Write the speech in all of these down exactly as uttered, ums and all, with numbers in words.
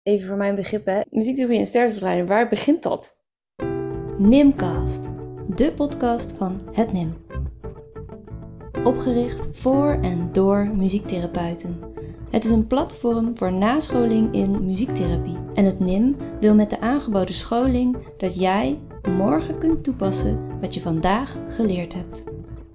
Even voor mijn begrip, hè. Muziektherapie en stervensbegeleiding, waar begint dat? Nimcast, de podcast van het N I M. Opgericht voor en door muziektherapeuten. Het is een platform voor nascholing in muziektherapie. En het N I M wil met de aangeboden scholing dat jij morgen kunt toepassen wat je vandaag geleerd hebt.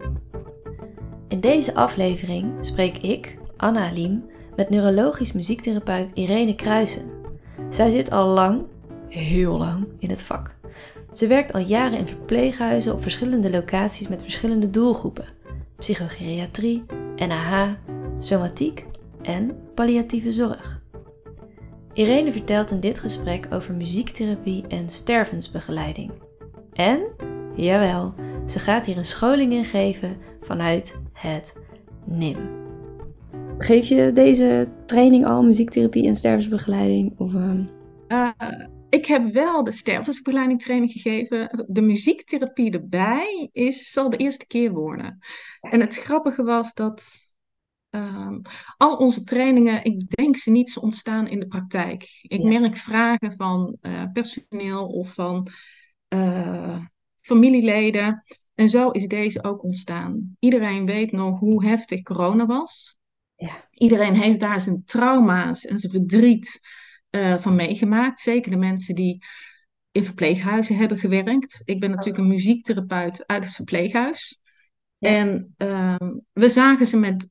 In deze aflevering spreek ik, Anna Alim, met neurologisch muziektherapeut Irene Kruijsen. Zij zit al lang, heel lang, in het vak. Ze werkt al jaren in verpleeghuizen op verschillende locaties met verschillende doelgroepen. Psychogeriatrie, N A H, somatiek en palliatieve zorg. Irene vertelt in dit gesprek over muziektherapie en stervensbegeleiding. En, jawel, ze gaat hier een scholing in geven vanuit het N I M. Geef je deze training al, muziektherapie en stervensbegeleiding? Of, uh... Uh, ik heb wel de stervensbegeleiding training gegeven. De muziektherapie erbij is, zal de eerste keer worden. En het grappige was dat um, al onze trainingen, ik denk ze niet, ze ontstaan in de praktijk. Ik Ja. merk vragen van uh, personeel of van uh, familieleden. En zo is deze ook ontstaan. Iedereen weet nog hoe heftig corona was. Ja. Iedereen heeft daar zijn trauma's en zijn verdriet uh, van meegemaakt. Zeker de mensen die in verpleeghuizen hebben gewerkt. Ik ben natuurlijk een muziektherapeut uit het verpleeghuis. Ja. En uh, we zagen ze met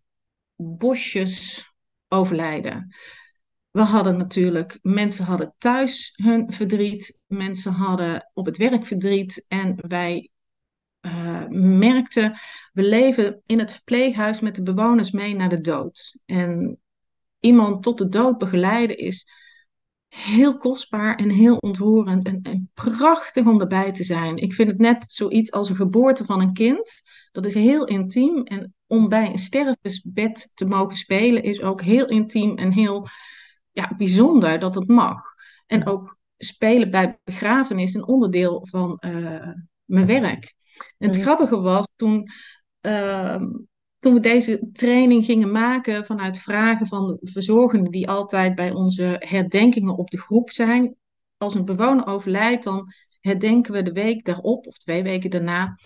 bosjes overlijden. We hadden natuurlijk, mensen hadden thuis hun verdriet. Mensen hadden op het werk verdriet. En wij uh, merkten, we leven in het verpleeghuis met de bewoners mee naar de dood. En iemand tot de dood begeleiden is heel kostbaar en heel ontroerend en, en prachtig om erbij te zijn. Ik vind het net zoiets als een geboorte van een kind. Dat is heel intiem. En om bij een stervensbed te mogen spelen is ook heel intiem en heel ja, bijzonder dat het mag. En ook spelen bij begrafenis een onderdeel van uh, mijn werk. En het Mhm. grappige was toen... Uh, toen we deze training gingen maken vanuit vragen van de verzorgenden die altijd bij onze herdenkingen op de groep zijn. Als een bewoner overlijdt, dan herdenken we de week daarop of twee weken daarna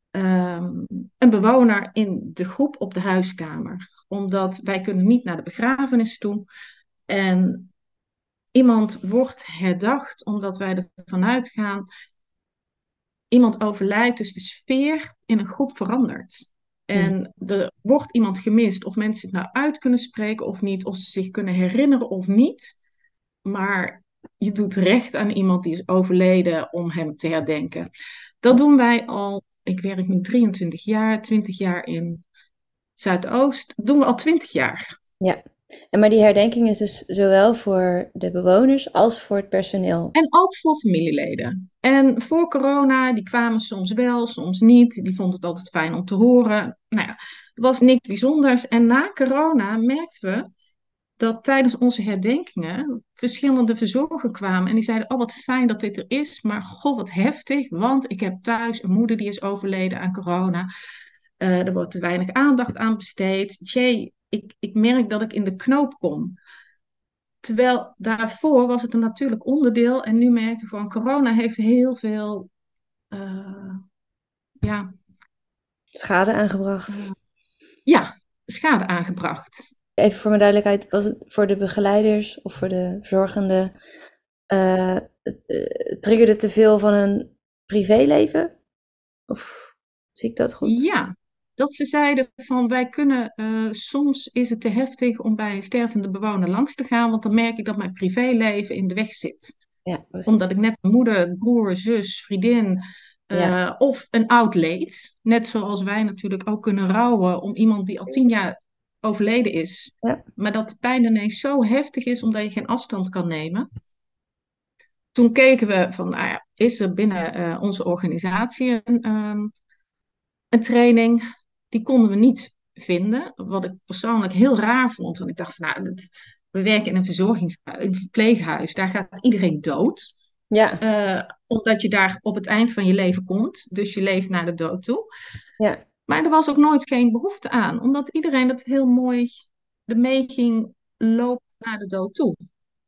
um, een bewoner in de groep op de huiskamer. Omdat wij kunnen niet naar de begrafenis toe. En iemand wordt herdacht omdat wij ervan uitgaan, iemand overlijdt, dus de sfeer in een groep verandert. En er wordt iemand gemist, of mensen het nou uit kunnen spreken of niet, of ze zich kunnen herinneren of niet. Maar je doet recht aan iemand die is overleden om hem te herdenken. Dat doen wij al, ik werk nu drieëntwintig jaar, twintig jaar in Zuidoost. Dat doen we al twintig jaar. Ja. En maar die herdenking is dus zowel voor de bewoners als voor het personeel. En ook voor familieleden. En voor corona, die kwamen soms wel, soms niet. Die vonden het altijd fijn om te horen. Nou ja, er was niks bijzonders. En na corona merkten we dat tijdens onze herdenkingen verschillende verzorgers kwamen. En die zeiden, oh wat fijn dat dit er is. Maar goh, wat heftig. Want ik heb thuis een moeder die is overleden aan corona. Uh, er wordt te weinig aandacht aan besteed. Jee, ik, ik merk dat ik in de knoop kom. Terwijl daarvoor was het een natuurlijk onderdeel. En nu merkte ik gewoon, corona heeft heel veel uh, ja, Schade aangebracht. uh, ja, schade aangebracht. Even voor mijn duidelijkheid, was het voor de begeleiders of voor de verzorgenden, uh, het, uh, triggerde te veel van hun privéleven? Of zie ik dat goed? Ja, dat ze zeiden van wij kunnen, uh, soms is het te heftig om bij een stervende bewoner langs te gaan, want dan merk ik dat mijn privéleven in de weg zit. Ja, precies. Omdat ik net een moeder, broer, zus, vriendin uh, Ja. of een oud leed, net zoals wij natuurlijk ook kunnen rouwen om iemand die al tien jaar overleden is, Ja. maar dat de pijn ineens zo heftig is omdat je geen afstand kan nemen. Toen keken we van, nou ja, is er binnen uh, onze organisatie een, um, een training? Die konden we niet vinden, wat ik persoonlijk heel raar vond. Want ik dacht van, nou, dat, we werken in een verzorgingshuis, een verpleeghuis, daar gaat iedereen dood. Ja. Uh, omdat je daar op het eind van je leven komt. Dus je leeft naar de dood toe. Ja. Maar er was ook nooit geen behoefte aan. Omdat iedereen dat heel mooi ermee ging lopen naar de dood toe.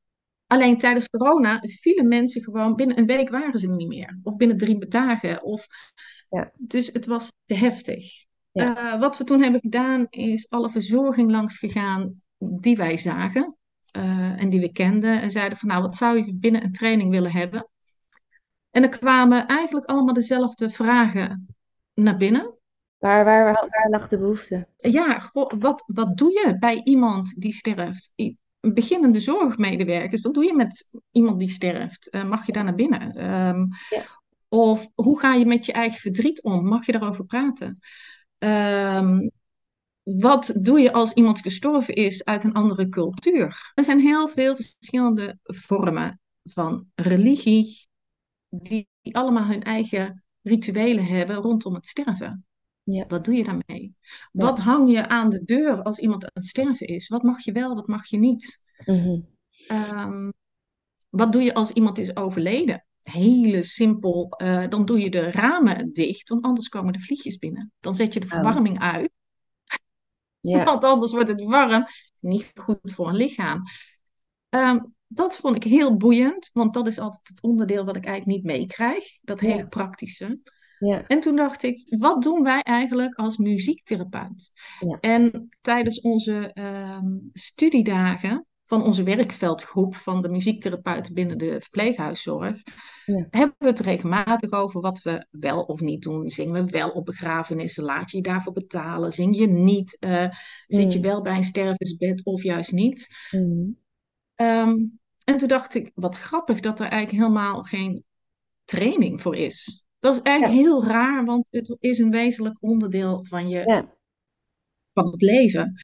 Alleen tijdens corona vielen mensen gewoon binnen een week waren ze er niet meer. Of binnen drie dagen. Of... Ja. Dus het was te heftig. Ja. Uh, wat we toen hebben gedaan is alle verzorging langs gegaan die wij zagen. Uh, en die we kenden. En zeiden van nou, wat zou je binnen een training willen hebben? En er kwamen eigenlijk allemaal dezelfde vragen naar binnen. Waar, waar, waar, waar lag de behoefte? Ja, goh, wat, wat doe je bij iemand die sterft? I- Beginnende zorgmedewerkers, wat doe je met iemand die sterft? Uh, mag je daar naar binnen? Um, Ja. Of hoe ga je met je eigen verdriet om? Mag je daarover praten? Um, wat doe je als iemand gestorven is uit een andere cultuur? Er zijn heel veel verschillende vormen van religie die allemaal hun eigen rituelen hebben rondom het sterven. Ja. Wat doe je daarmee? Ja. Wat hang je aan de deur als iemand aan het sterven is? Wat mag je wel, wat mag je niet? Mhm. Um, wat doe je als iemand is overleden? Hele simpel. Uh, dan doe je de ramen dicht, want anders komen de vliegjes binnen. Dan zet je de verwarming uit. Ja. Want anders wordt het warm. Niet goed voor een lichaam. Um, dat vond ik heel boeiend, want dat is altijd het onderdeel wat ik eigenlijk niet meekrijg. Dat hele Ja. praktische. Ja. En toen dacht ik, wat doen wij eigenlijk als muziektherapeut? Ja. En tijdens onze um, studiedagen van onze werkveldgroep van de muziektherapeuten binnen de verpleeghuiszorg, Ja. hebben we het regelmatig over wat we wel of niet doen. Zingen we wel op begrafenissen? Laat je je daarvoor betalen? Zing je niet? Uh, zit je wel bij een stervensbed of juist niet? Mm. Um, en toen dacht ik, wat grappig dat er eigenlijk helemaal geen training voor is. Dat is eigenlijk Ja. heel raar, want het is een wezenlijk onderdeel van, je, Ja. van het leven.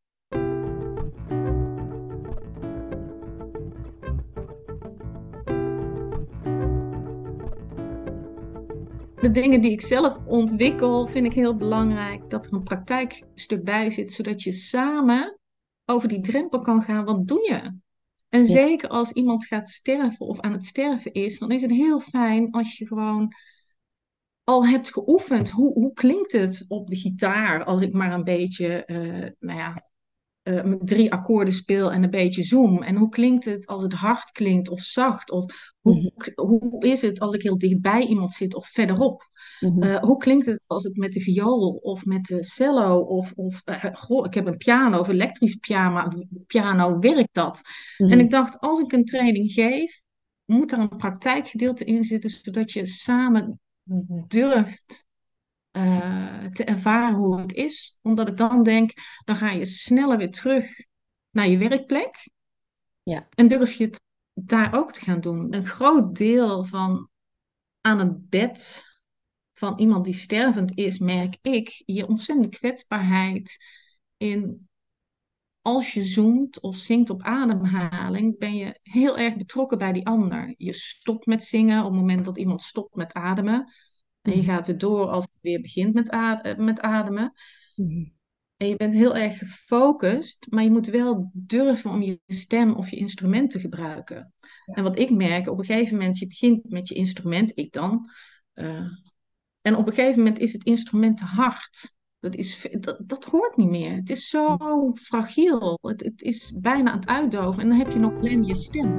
De dingen die ik zelf ontwikkel, vind ik heel belangrijk dat er een praktijkstuk bij zit, zodat je samen over die drempel kan gaan. Wat doe je? En Ja. zeker als iemand gaat sterven of aan het sterven is, dan is het heel fijn als je gewoon al hebt geoefend. Hoe, hoe klinkt het op de gitaar als ik maar een beetje, uh, nou ja, uh, met drie akkoorden speel en een beetje zoom? En hoe klinkt het als het hard klinkt of zacht? Of hoe, Mhm. hoe is het als ik heel dichtbij iemand zit of verderop? Mhm. Uh, hoe klinkt het als het met de viool of met de cello of, of uh, goh, ik heb een piano of elektrisch piano, piano werkt dat? Mhm. En ik dacht, als ik een training geef, moet er een praktijkgedeelte in zitten, zodat je samen durft uh, te ervaren hoe het is. Omdat ik dan denk, dan ga je sneller weer terug naar je werkplek. Ja. En durf je het daar ook te gaan doen. Een groot deel van aan het bed van iemand die stervend is, merk ik je ontzettende kwetsbaarheid in. Als je zoomt of zingt op ademhaling, ben je heel erg betrokken bij die ander. Je stopt met zingen op het moment dat iemand stopt met ademen. En je Mhm. gaat weer door als het weer begint met, ad- met ademen. Mhm. En je bent heel erg gefocust, maar je moet wel durven om je stem of je instrument te gebruiken. Ja. En wat ik merk, op een gegeven moment, je begint met je instrument, ik dan. Uh, en op een gegeven moment is het instrument te hard. Dat, is, dat, dat hoort niet meer. Het is zo fragiel. Het, het is bijna aan het uitdoven. En dan heb je nog alleen je stem.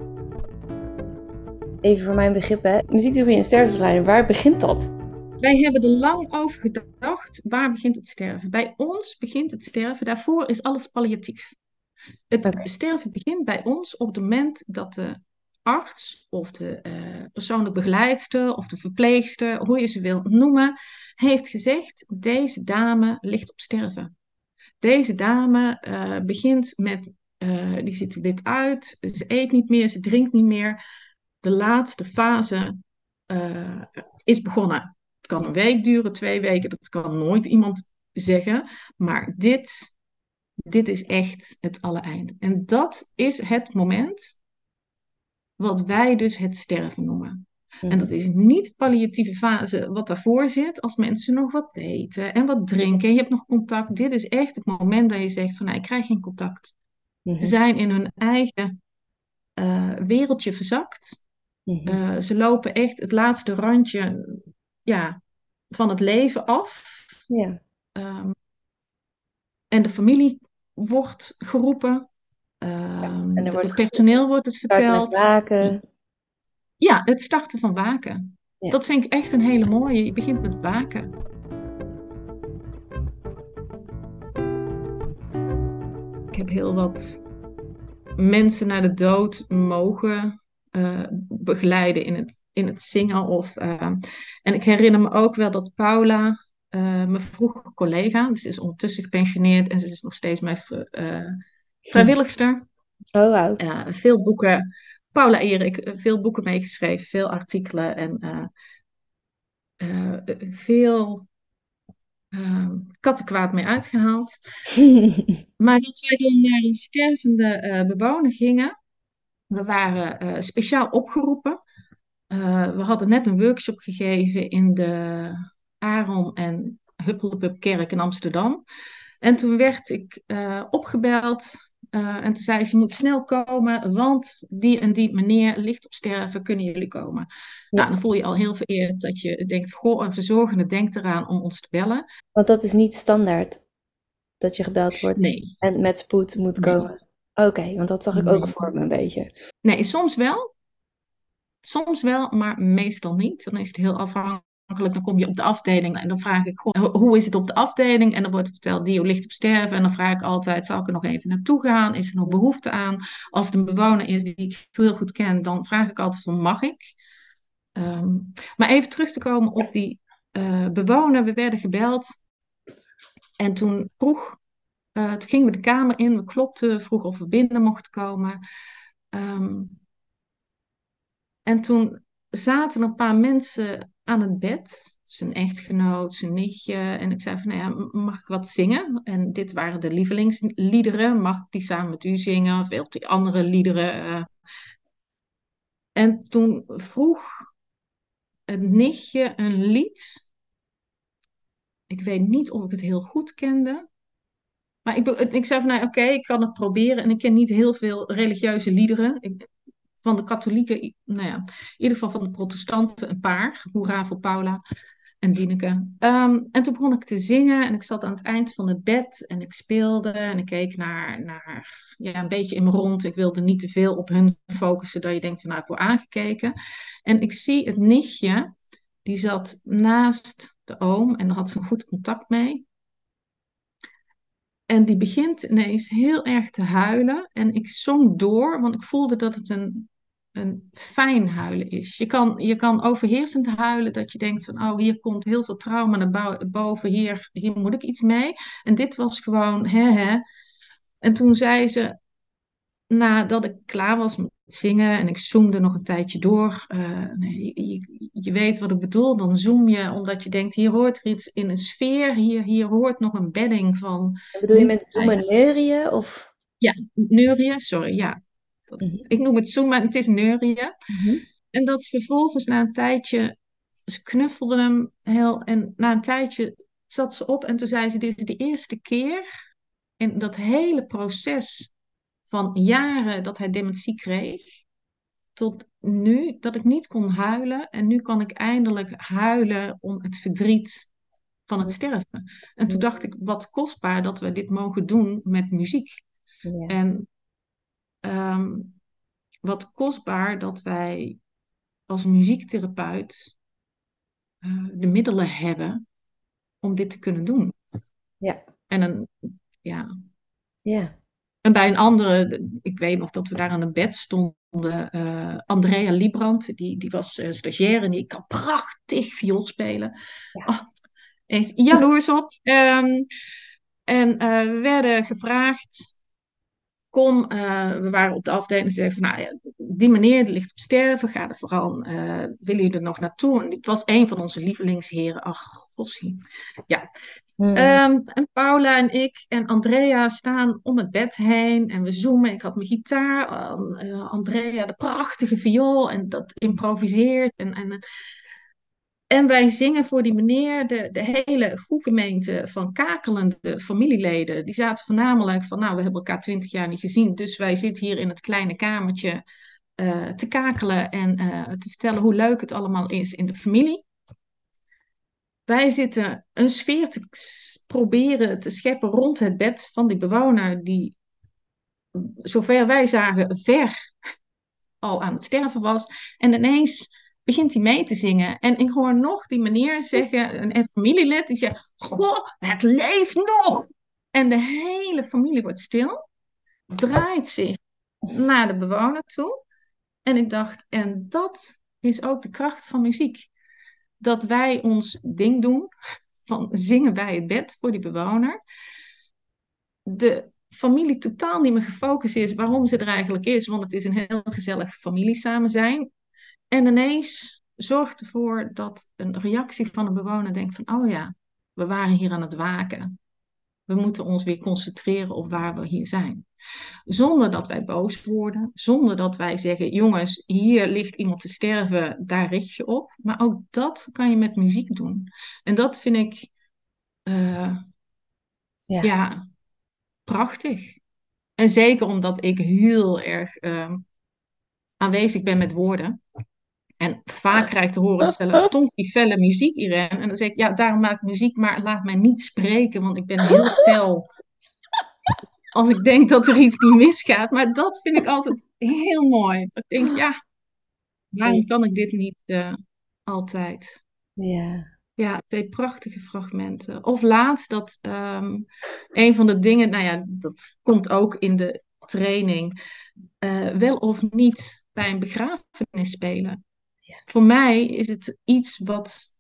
Even voor mijn begrip, hè. Muziektherapie en stervensbegeleiding, waar begint dat? Wij hebben er lang over gedacht, waar begint het sterven? Bij ons begint het sterven, daarvoor is alles palliatief. Het Okay. sterven begint bij ons op het moment dat de arts of de uh, persoonlijk begeleidster of de verpleegster, hoe je ze wilt noemen, heeft gezegd, deze dame ligt op sterven. Deze dame uh, begint met, uh, die ziet er wit uit, ze eet niet meer, ze drinkt niet meer. De laatste fase uh, is begonnen. Het kan een week duren, twee weken, dat kan nooit iemand zeggen. Maar dit, dit is echt het allereind. En dat is het moment wat wij dus het sterven noemen. Mm-hmm. En dat is niet palliatieve fase wat daarvoor zit, als mensen nog wat eten en wat drinken en je hebt nog contact. Dit is echt het moment dat je zegt van, nou, ik krijg geen contact. Mm-hmm. Ze zijn in hun eigen uh, wereldje verzakt. Mm-hmm. Uh, ze lopen echt het laatste randje ja, van het leven af. Ja. Um, en de familie wordt geroepen. Ehm, En er het wordt personeel wordt het gestart met verteld. waken. Ja, het starten van waken. Ja. Dat vind ik echt een hele mooie. Je begint met waken. Ik heb heel wat mensen naar de dood mogen uh, begeleiden in het, in het zingen. Of, uh, en ik herinner me ook wel dat Paula, uh, mijn vroegere collega, ze is ondertussen gepensioneerd en ze is nog steeds mijn uh, vrijwilligster. Oh, wauw. Uh, veel boeken, Paula Erik, veel boeken meegeschreven, veel artikelen en uh, uh, veel uh, kattenkwaad mee uitgehaald. Maar dat wij dan naar een stervende uh, bewoner gingen. We waren uh, speciaal opgeroepen. Uh, we hadden net een workshop gegeven in de Aaron en Huppelepup-kerk in Amsterdam. En toen werd ik uh, opgebeld. Uh, en toen zei ze, je moet snel komen, want die en die meneer ligt op sterven, kunnen jullie komen? Ja. Nou, dan voel je al heel vereerd dat je denkt, goh, een verzorgende denkt eraan om ons te bellen. Want dat is niet standaard, dat je gebeld wordt nee. en met spoed moet nee. komen. Oké, okay, want dat zag ik nee. ook voor me een beetje. Nee, soms wel. Soms wel, maar meestal niet. Dan is het heel afhankelijk. Dan kom je op de afdeling en dan vraag ik, goh, hoe is het op de afdeling? En dan wordt er verteld, Dio ligt op sterven. En dan vraag ik altijd, zal ik er nog even naartoe gaan? Is er nog behoefte aan? Als het een bewoner is die ik heel goed ken, dan vraag ik altijd van, mag ik? Um, maar even terug te komen op die uh, bewoner. We werden gebeld. En toen vroeg, uh, toen gingen we de kamer in. We klopten, vroegen of we binnen mochten komen. Um, En toen zaten een paar mensen aan het bed. Zijn echtgenoot, zijn nichtje. En ik zei van, nou ja, mag ik wat zingen? En dit waren de lievelingsliederen. Mag ik die samen met u zingen? Of wilt u andere liederen? En toen vroeg het nichtje een lied. Ik weet niet of ik het heel goed kende. Maar ik, ik zei van, nou oké, okay, ik kan het proberen. En ik ken niet heel veel religieuze liederen. Ik, van de katholieken, nou ja, in ieder geval van de protestanten een paar. Hoera voor Paula en Dieneke. Um, en toen begon ik te zingen en ik zat aan het eind van het bed en ik speelde en ik keek naar, naar ja, een beetje in me rond. Ik wilde niet te veel op hun focussen, dat je denkt, nou, ik word aangekeken. En ik zie het nichtje, die zat naast de oom en daar had ze een goed contact mee. En die begint ineens heel erg te huilen. En ik zong door, want ik voelde dat het een, een fijn huilen is. Je kan, je kan overheersend huilen, dat je denkt van, oh, hier komt heel veel trauma naar boven, hier, hier moet ik iets mee. En dit was gewoon, hè, hè. En toen zei ze, nadat ik klaar was met zingen en ik zoomde nog een tijdje door. Uh, nee, je, je weet wat ik bedoel. Dan zoom je omdat je denkt, hier hoort er iets in een sfeer. Hier, hier hoort nog een bedding van... En bedoel je met zoomen neurieën? Of... Ja, neurieën, sorry. Ja. Dat, mm-hmm. Ik noem het zoom, maar het is neurieën. Mm-hmm. En dat vervolgens na een tijdje... Ze knuffelde hem heel... En na een tijdje zat ze op en toen zei ze, dit is de eerste keer in dat hele proces... van jaren dat hij dementie kreeg, tot nu dat ik niet kon huilen. En nu kan ik eindelijk huilen om het verdriet van het sterven. En toen dacht ik, wat kostbaar dat we dit mogen doen met muziek. Ja. En um, wat kostbaar dat wij als muziektherapeut uh, de middelen hebben om dit te kunnen doen. Ja. En een, ja... Ja. En bij een andere, ik weet nog dat we daar aan een bed stonden. Uh, Andrea Liebrand, die, die was uh, stagiair en die kan prachtig viool spelen. Ja. Oh, echt jaloers op. Um, en uh, we werden gevraagd, kom, uh, we waren op de afdeling en ze zeiden van, nou ja, die meneer die ligt op sterven, ga er vooral, uh, willen jullie er nog naartoe? En het was een van onze lievelingsheren. Ach, gossie. Ja. Hmm. Um, en Paula en ik en Andrea staan om het bed heen en we zoomen. Ik had mijn gitaar, uh, Andrea de prachtige viool en dat improviseert. En, en, en wij zingen voor die meneer, de, de hele groepgemeente van kakelende familieleden. Die zaten voornamelijk van, nou, we hebben elkaar twintig jaar niet gezien. Dus wij zitten hier in het kleine kamertje uh, te kakelen en uh, te vertellen hoe leuk het allemaal is in de familie. Wij zitten een sfeer te proberen te scheppen rond het bed van die bewoner die zover wij zagen, ver al aan het sterven was. En ineens begint hij mee te zingen. En ik hoor nog die meneer zeggen, een, een familielid, die zegt, goh, het leeft nog! En de hele familie wordt stil, draait zich naar de bewoner toe. En ik dacht, en dat is ook de kracht van muziek. Dat wij ons ding doen, van zingen bij het bed voor die bewoner. De familie totaal niet meer gefocust is waarom ze er eigenlijk is, want het is een heel gezellig familie samen zijn. En ineens zorgt ervoor dat een reactie van een bewoner denkt van, oh ja, we waren hier aan het waken. We moeten ons weer concentreren op waar we hier zijn. Zonder dat wij boos worden, zonder dat wij zeggen, jongens, hier ligt iemand te sterven, daar richt je op. Maar ook dat kan je met muziek doen. En dat vind ik, uh, Ja. ja, prachtig. En zeker omdat ik heel erg uh, aanwezig ben met woorden. En vaak krijg ik te horen stellen, tonk die felle muziek, Irene. En dan zeg ik, ja, daarom maak ik muziek, maar laat mij niet spreken, want ik ben heel fel. Als ik denk dat er iets niet misgaat. Maar dat vind ik altijd heel mooi. Ik denk, ja, waarom kan ik dit niet uh, altijd? Ja. Ja, twee prachtige fragmenten. Of laatst dat um, een van de dingen, nou ja, dat komt ook in de training, uh, wel of niet bij een begrafenis spelen. Ja. Voor mij is het iets wat,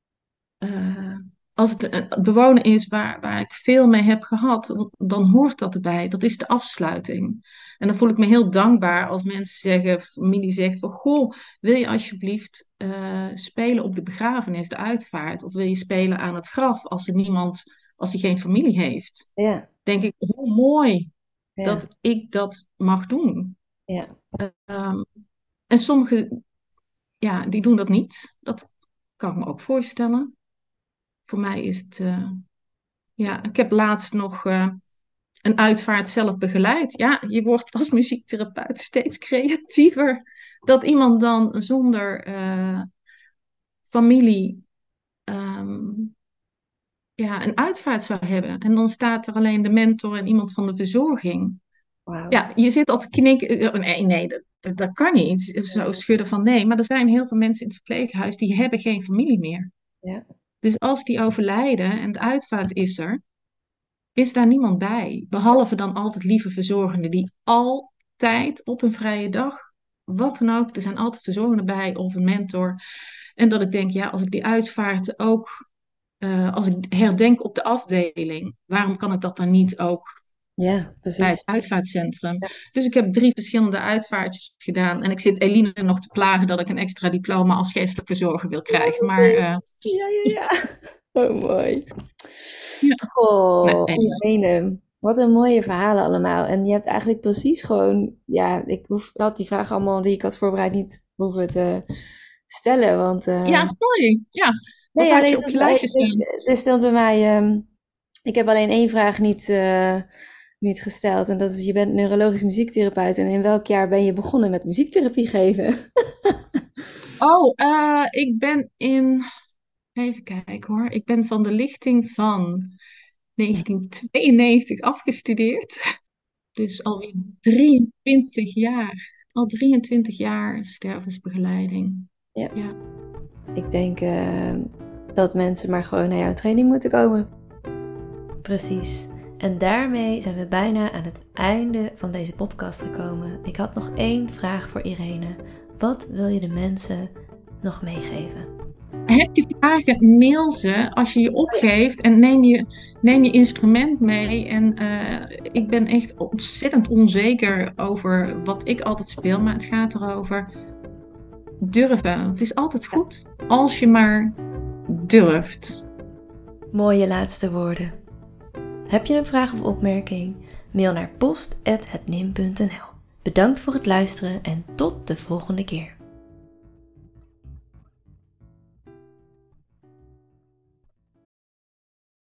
uh, als het een bewoner is waar, waar ik veel mee heb gehad, dan hoort dat erbij. Dat is de afsluiting. En dan voel ik me heel dankbaar als mensen zeggen, familie zegt van, goh, wil je alsjeblieft uh, spelen op de begrafenis, de uitvaart? Of wil je spelen aan het graf als er niemand, als hij geen familie heeft? Ja. Denk ik, hoe mooi Ja. dat ik dat mag doen. Ja. Um, en sommigen, ja, die doen dat niet. Dat kan ik me ook voorstellen. Voor mij is het, uh, ja, ik heb laatst nog uh, een uitvaart zelf begeleid. Ja, je wordt als muziektherapeut steeds creatiever. Dat iemand dan zonder uh, familie um, ja, een uitvaart zou hebben. En dan staat er alleen de mentor en iemand van de verzorging. Wauw. Ja, je zit al te knikken. Nee, nee, dat, dat, dat kan niet. Zo schudden van nee. Maar er zijn heel veel mensen in het verpleeghuis die hebben geen familie meer. Ja. Dus als die overlijden en de uitvaart is er, is daar niemand bij. Behalve dan altijd lieve verzorgenden die altijd op een vrije dag, wat dan ook, er zijn altijd verzorgenden bij of een mentor. En dat ik denk, ja, als ik die uitvaart ook, uh, als ik herdenk op de afdeling, waarom kan ik dat dan niet ook Ja, precies. bij het uitvaartcentrum? Ja. Dus ik heb drie verschillende uitvaartjes gedaan. En ik zit Eline nog te plagen dat ik een extra diploma als geestelijk verzorger wil krijgen. Ja, maar uh, ja, ja, ja. Oh, mooi. Ja. Goh, Nee, Irene, wat een mooie verhalen allemaal. En je hebt eigenlijk precies gewoon, ja, ik hoef, had die vragen allemaal die ik had voorbereid niet hoeven te stellen, want... Uh, ja, sorry. Ja, wat nee, had ja, je nee, op je lijstje staan? Er stond bij mij, um, ik heb alleen één vraag niet, uh, niet gesteld. En dat is, je bent neurologisch muziektherapeut. En in welk jaar ben je begonnen met muziektherapie geven? Oh, uh, ik ben in... Even kijken hoor. Ik ben van de lichting van negentien tweeënnegentig afgestudeerd. Dus alweer drieëntwintig jaar. Al drieëntwintig jaar stervensbegeleiding. Ja. Ja. Ik denk uh, dat mensen maar gewoon naar jouw training moeten komen. Precies. En daarmee zijn we bijna aan het einde van deze podcast gekomen. Ik had nog één vraag voor Irene. Wat wil je de mensen nog meegeven? Heb je vragen, mail ze als je je opgeeft en neem je, neem je instrument mee. En uh, ik ben echt ontzettend onzeker over wat ik altijd speel, maar het gaat erover durven. Het is altijd goed als je maar durft. Mooie laatste woorden. Heb je een vraag of opmerking? Mail naar post apenstaartje het nim punt n l. Bedankt voor het luisteren en tot de volgende keer.